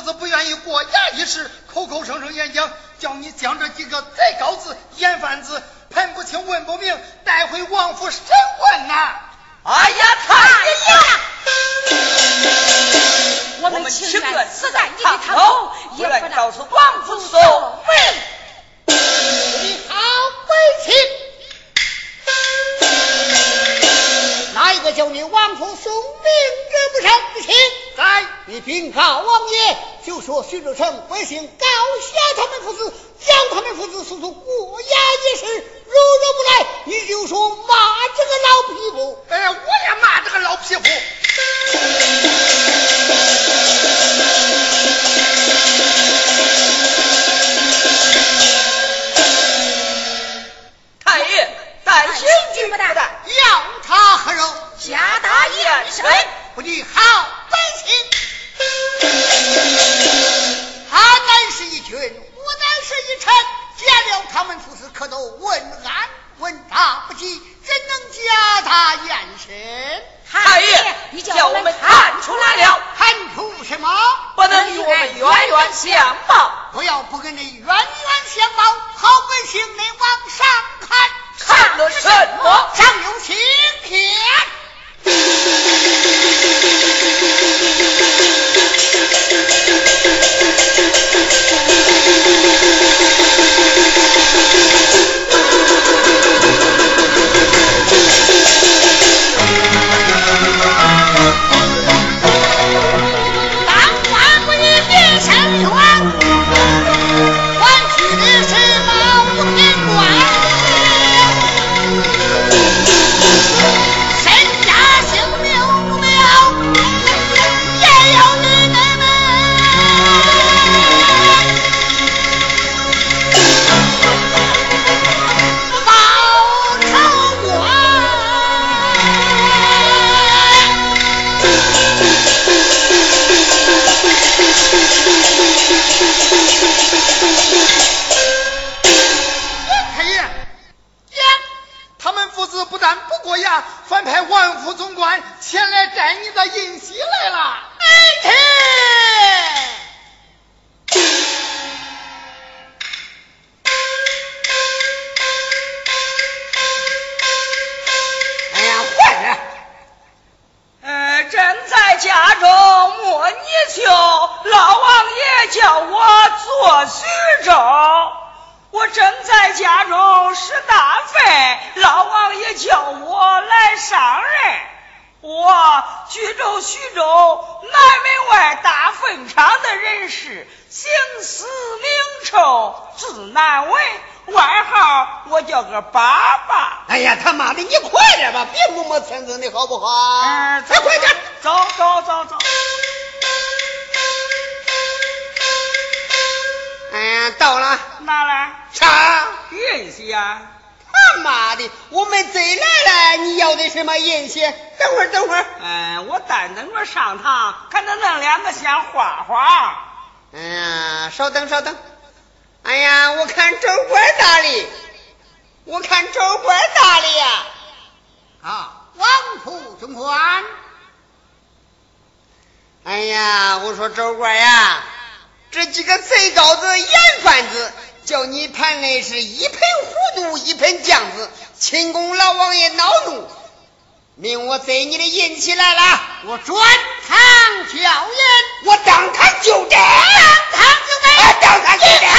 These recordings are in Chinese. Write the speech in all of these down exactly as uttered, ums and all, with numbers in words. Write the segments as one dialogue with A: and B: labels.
A: 子不愿意过衙一事，口口声声演讲，叫你将这几个贼羔子、盐贩子喷不清问不明，带回王府审问呐、啊！
B: 哎呀，太爷呀！
C: 我们情愿死在你的堂口，也不能
B: 告诉王府送命。
D: 你好，贵卿，哪一个叫你王府送命惹不上不行？
A: 在
D: 你禀告王爷，就说徐州城百姓告下他们父子，叫他们父子速速过衙一事。如若不来，你就说骂这个老匹夫。
A: 哎，我也骂这个老匹夫。
B: 太爷，担心
C: 举不带，
D: 要他何肉？
C: 加大验审。
D: 不你好，百姓，他乃是一君，我乃是一臣，见了他们父子，可都问安问答不及，怎能加大验审？
B: 太爷，你叫我们看出来了，
D: 看出什么？
B: 不能与我们冤冤相报。
D: 不要不跟你冤冤相报，好百姓能往上看。
B: 看了什么？
D: 上有青天。哎呀，他妈的，你快点吧，别磨磨蹭蹭的好不好？
B: 嗯，
D: 再快点，
B: 走走走走。
D: 哎呀，到了，
B: 哪来？
D: 啥？
B: 银息呀！
D: 他妈的，我们贼来了，你要的什么银息？等会儿，等会儿。
B: 嗯，我单等着上堂，看他弄两个像花花。
D: 哎呀，稍等稍等。哎呀，我看州官大礼，我看州官大礼呀！啊，王府总管。哎呀，我说州官呀，这几个贼羔子、盐贩子，叫你盘的是一盆糊涂一盆浆子，亲公老王爷恼怒，命我贼你的银起来了，我转堂叫人，我当堂就斩，当堂就斩，啊，当堂就斩。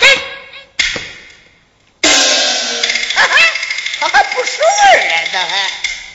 D: 他还不识味儿呢，他还。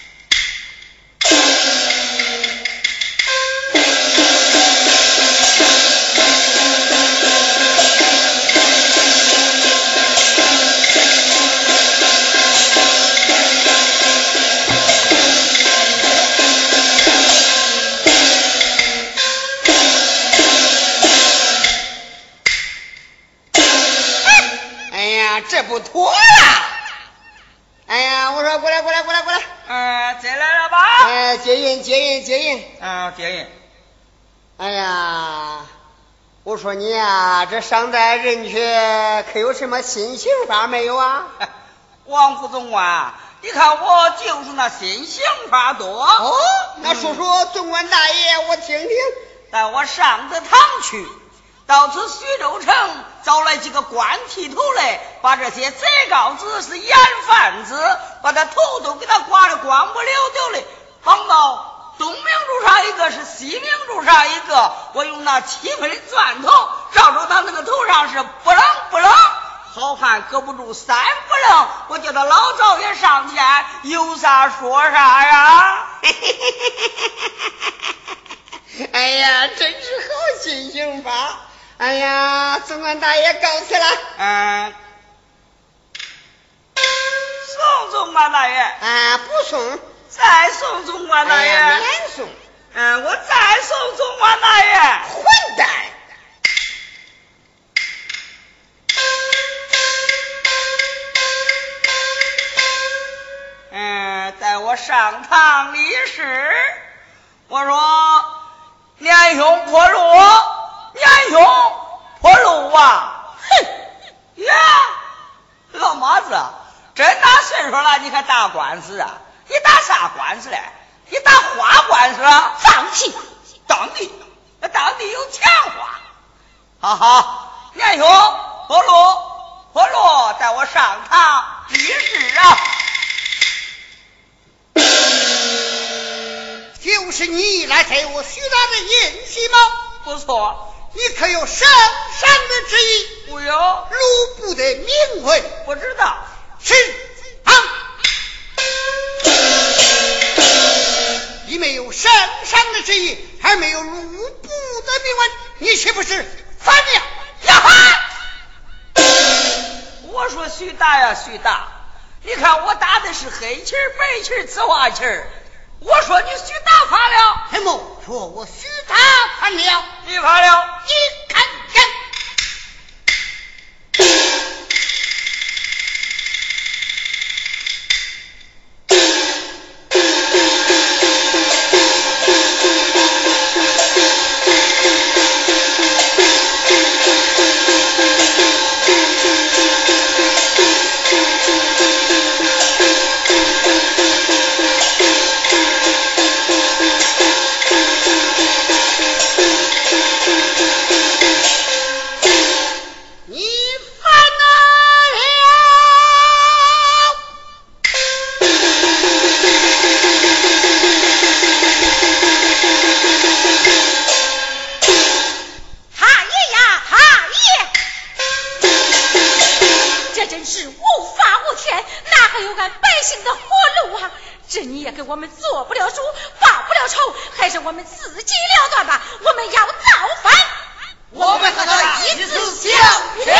D: 哎呀，这不妥了！哎呀，我说过来过来过来过来，
B: 嗯，进来了吧？
D: 哎，接印接印接印，
B: 嗯，接印。
D: 哎呀，我说你呀，这上代人去可有什么新想法没有啊？
B: 王副总管，你看我就是那新想法多。
D: 哦，那说说总管大爷，我听听。
B: 带我上得堂去。到此徐州城找来几个官剃头来，把这些贼羔子是盐贩子，把他头都给他刮得光不溜丢的，绑到东明柱上一个，是西明柱上一个。我用那七分的钻头照着他那个头上是不冷不冷，好汉搁不住三不冷。我叫他老赵爷上前，有啥说啥呀。
D: 哎呀，真是好心情吧！哎呀，总管大爷告辞了。
B: 嗯，送总管大爷。
D: 啊，不送。
B: 再送总管大爷。
D: 哎、免送。
B: 嗯，我再送总管大爷。
D: 混蛋！
B: 嗯，带我上堂理事。我说，年兄破路，年兄破路啊！哼呀，老妈子，真大岁数了，你还打官司啊？你打啥官司嘞？你打花官司啊？
C: 放屁！
B: 当地，当地有钱花。好好，年兄破路，破路，带我上堂理事啊！
A: 就是你来给我许大的印玺吗？
B: 不错。
A: 你可有圣上的旨意？
B: 无有。
A: 路不得明问。
B: 不知道。
A: 是啊。你没有圣上的旨意，还没有路不得明问，你岂不是反了？呀哈！
B: 我说徐大呀，徐大，你看我打的是黑旗白旗紫花旗，我说你徐大反了。
A: 什么？说我徐大反了？
B: 你反了？
A: 你看看。
C: 我们做不了主，报不了仇，还是我们自己了断吧。我们要造反，
A: 我们和他一次相拼。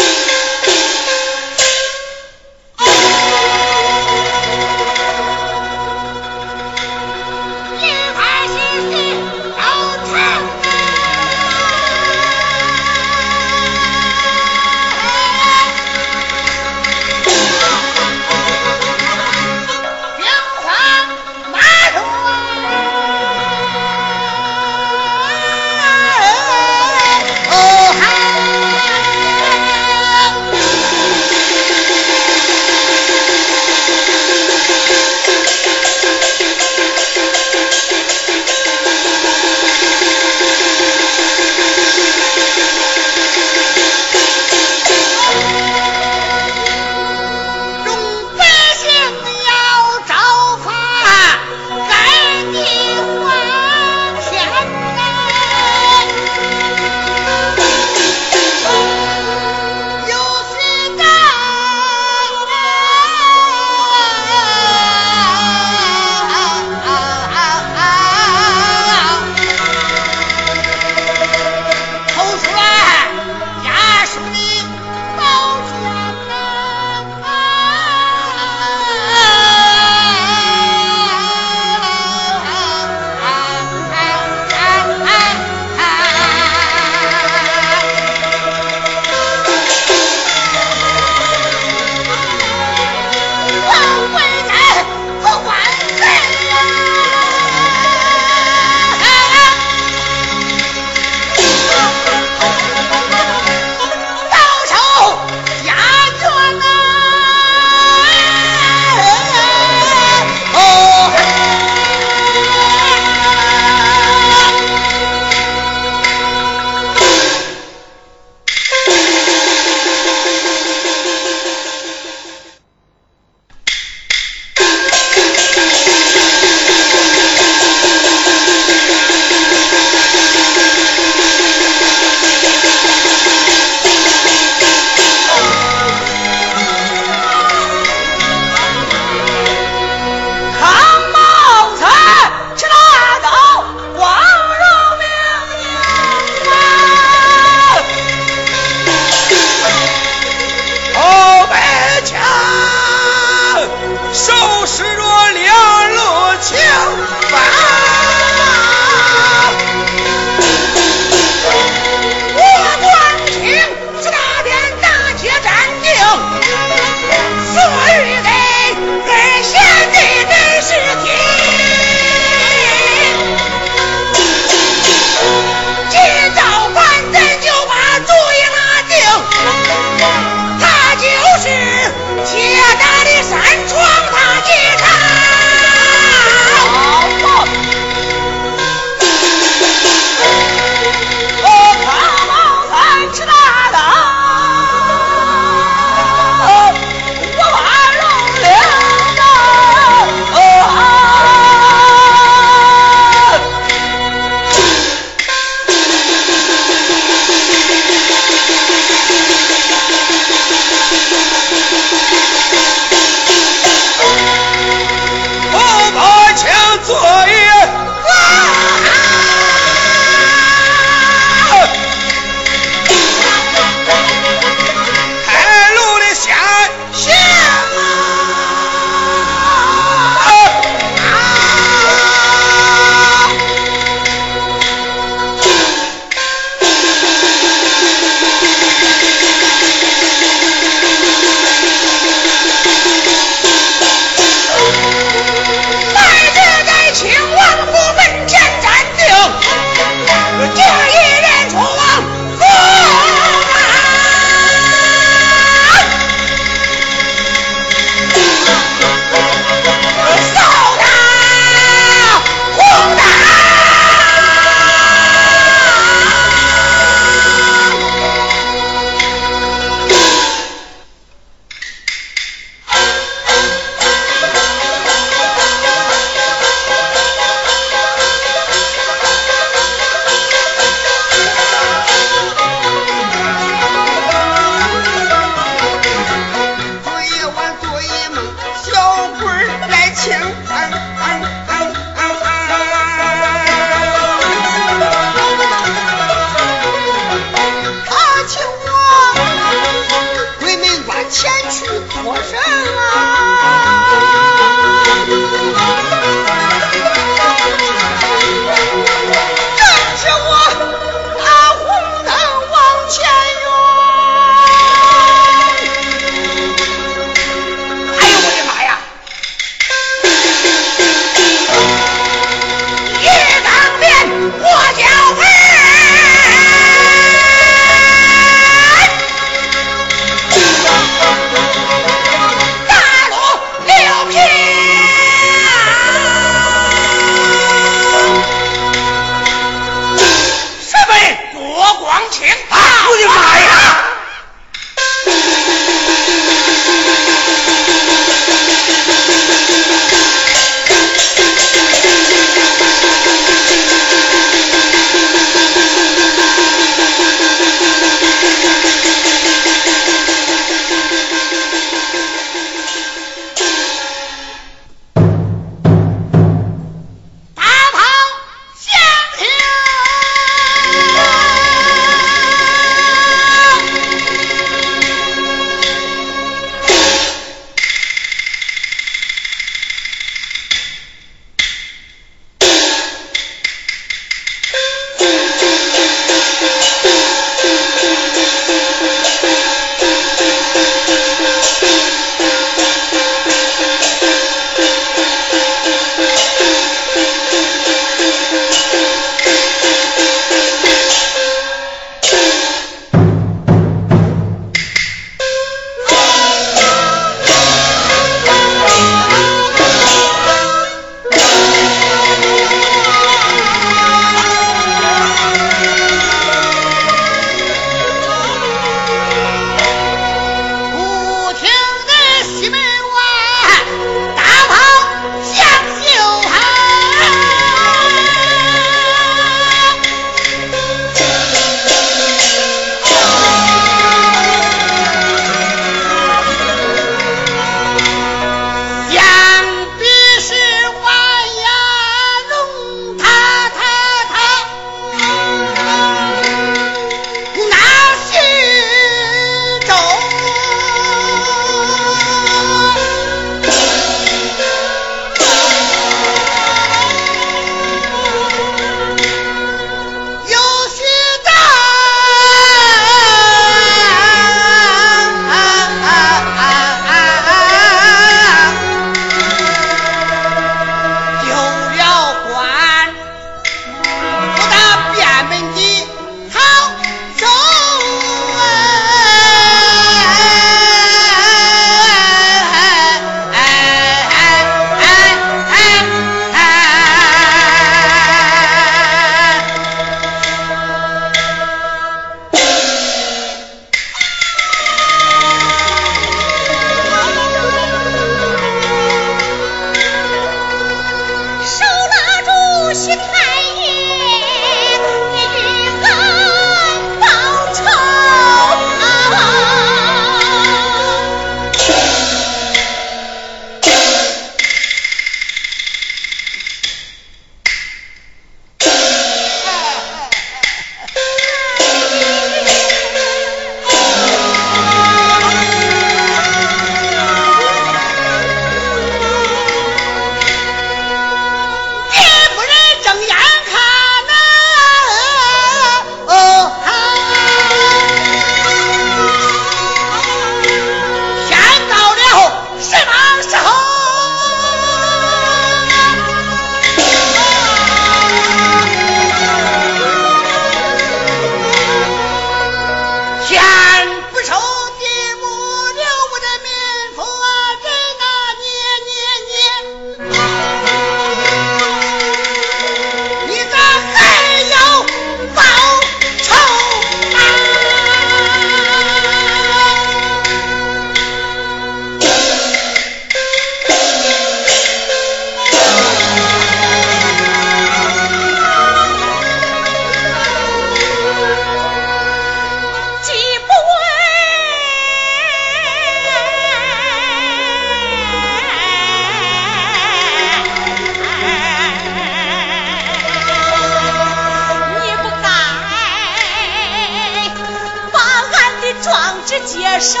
C: 直接受。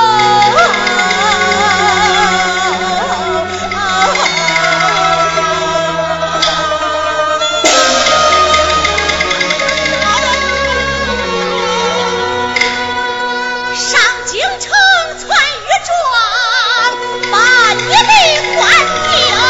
C: 上京城传御状，把你的官丢。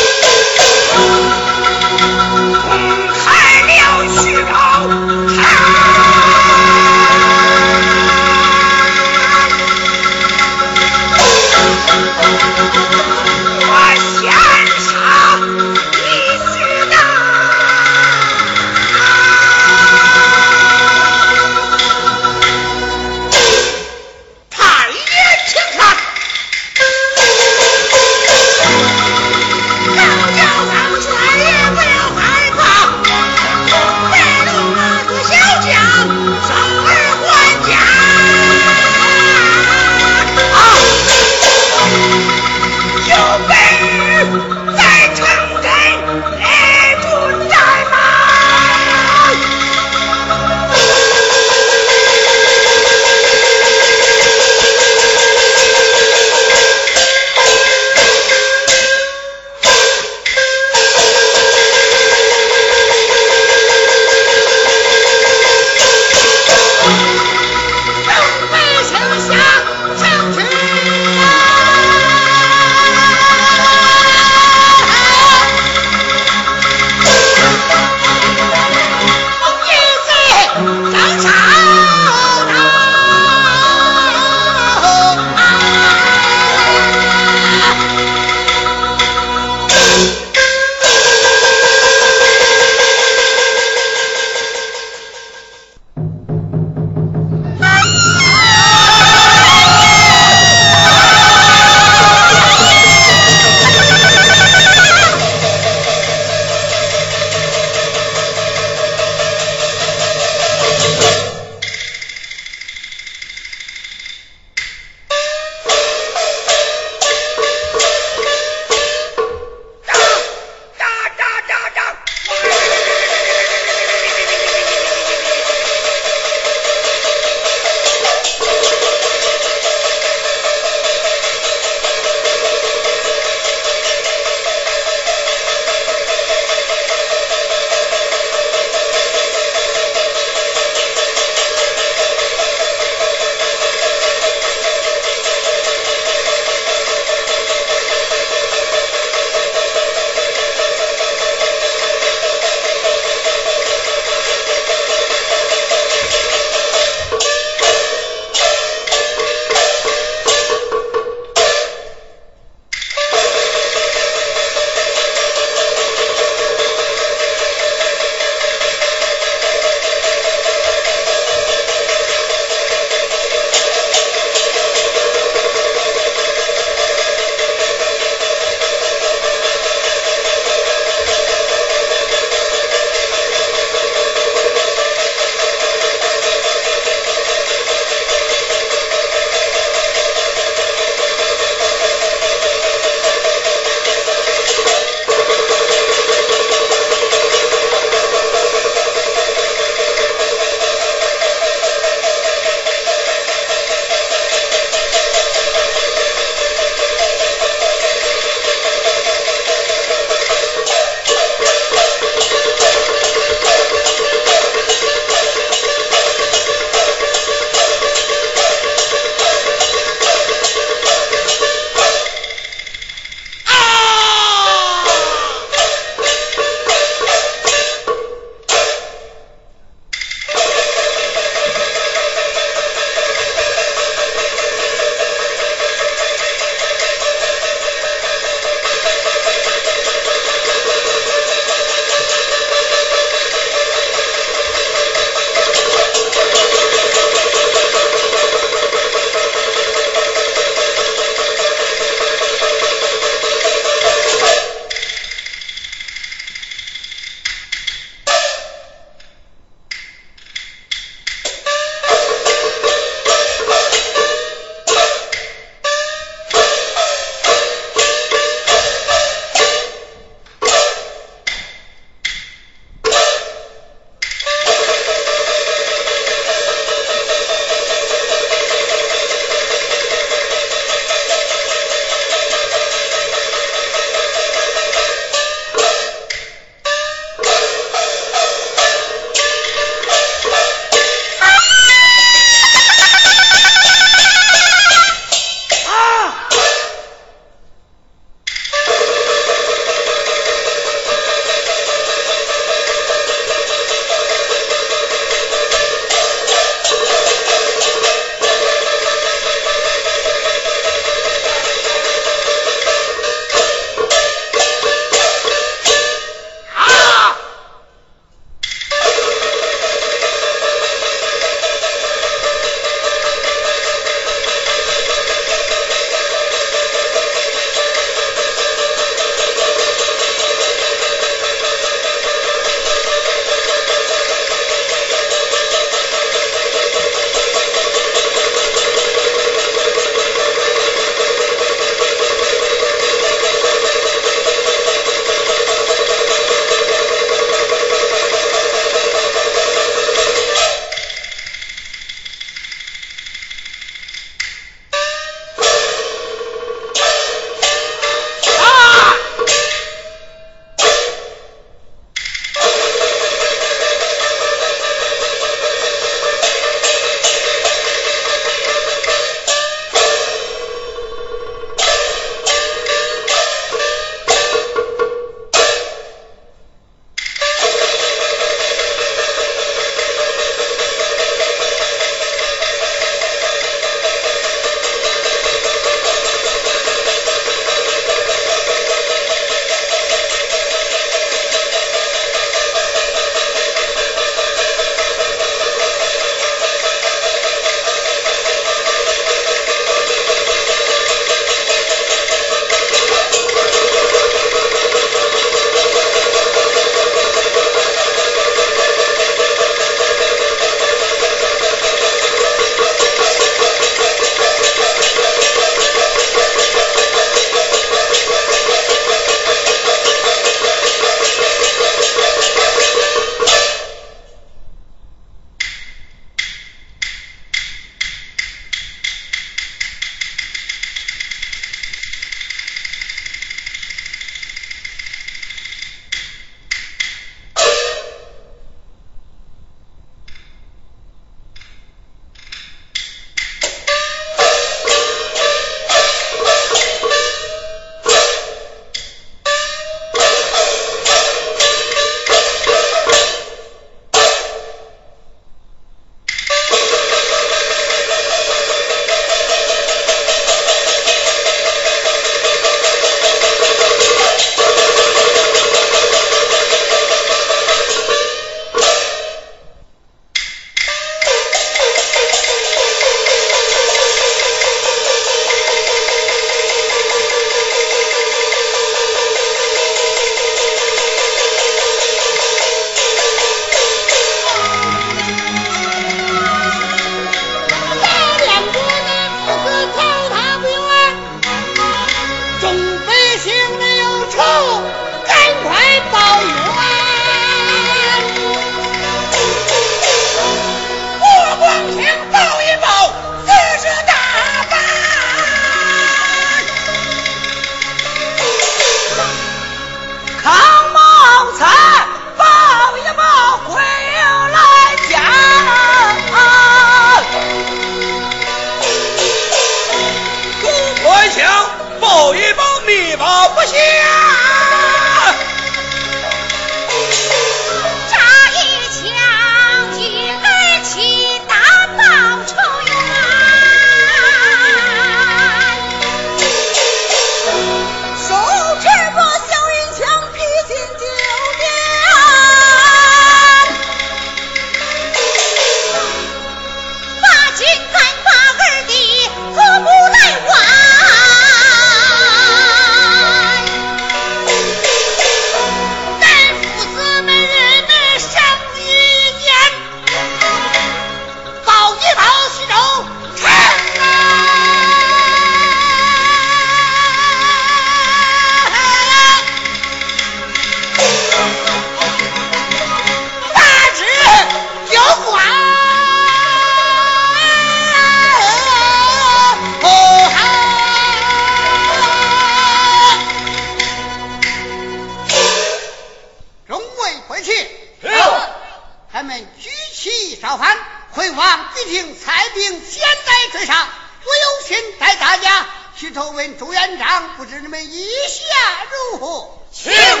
D: 们举旗烧饭，回望敌庭，彩兵现在追上。我有心带大家去投问朱元璋，不知你们意下如何？
E: 请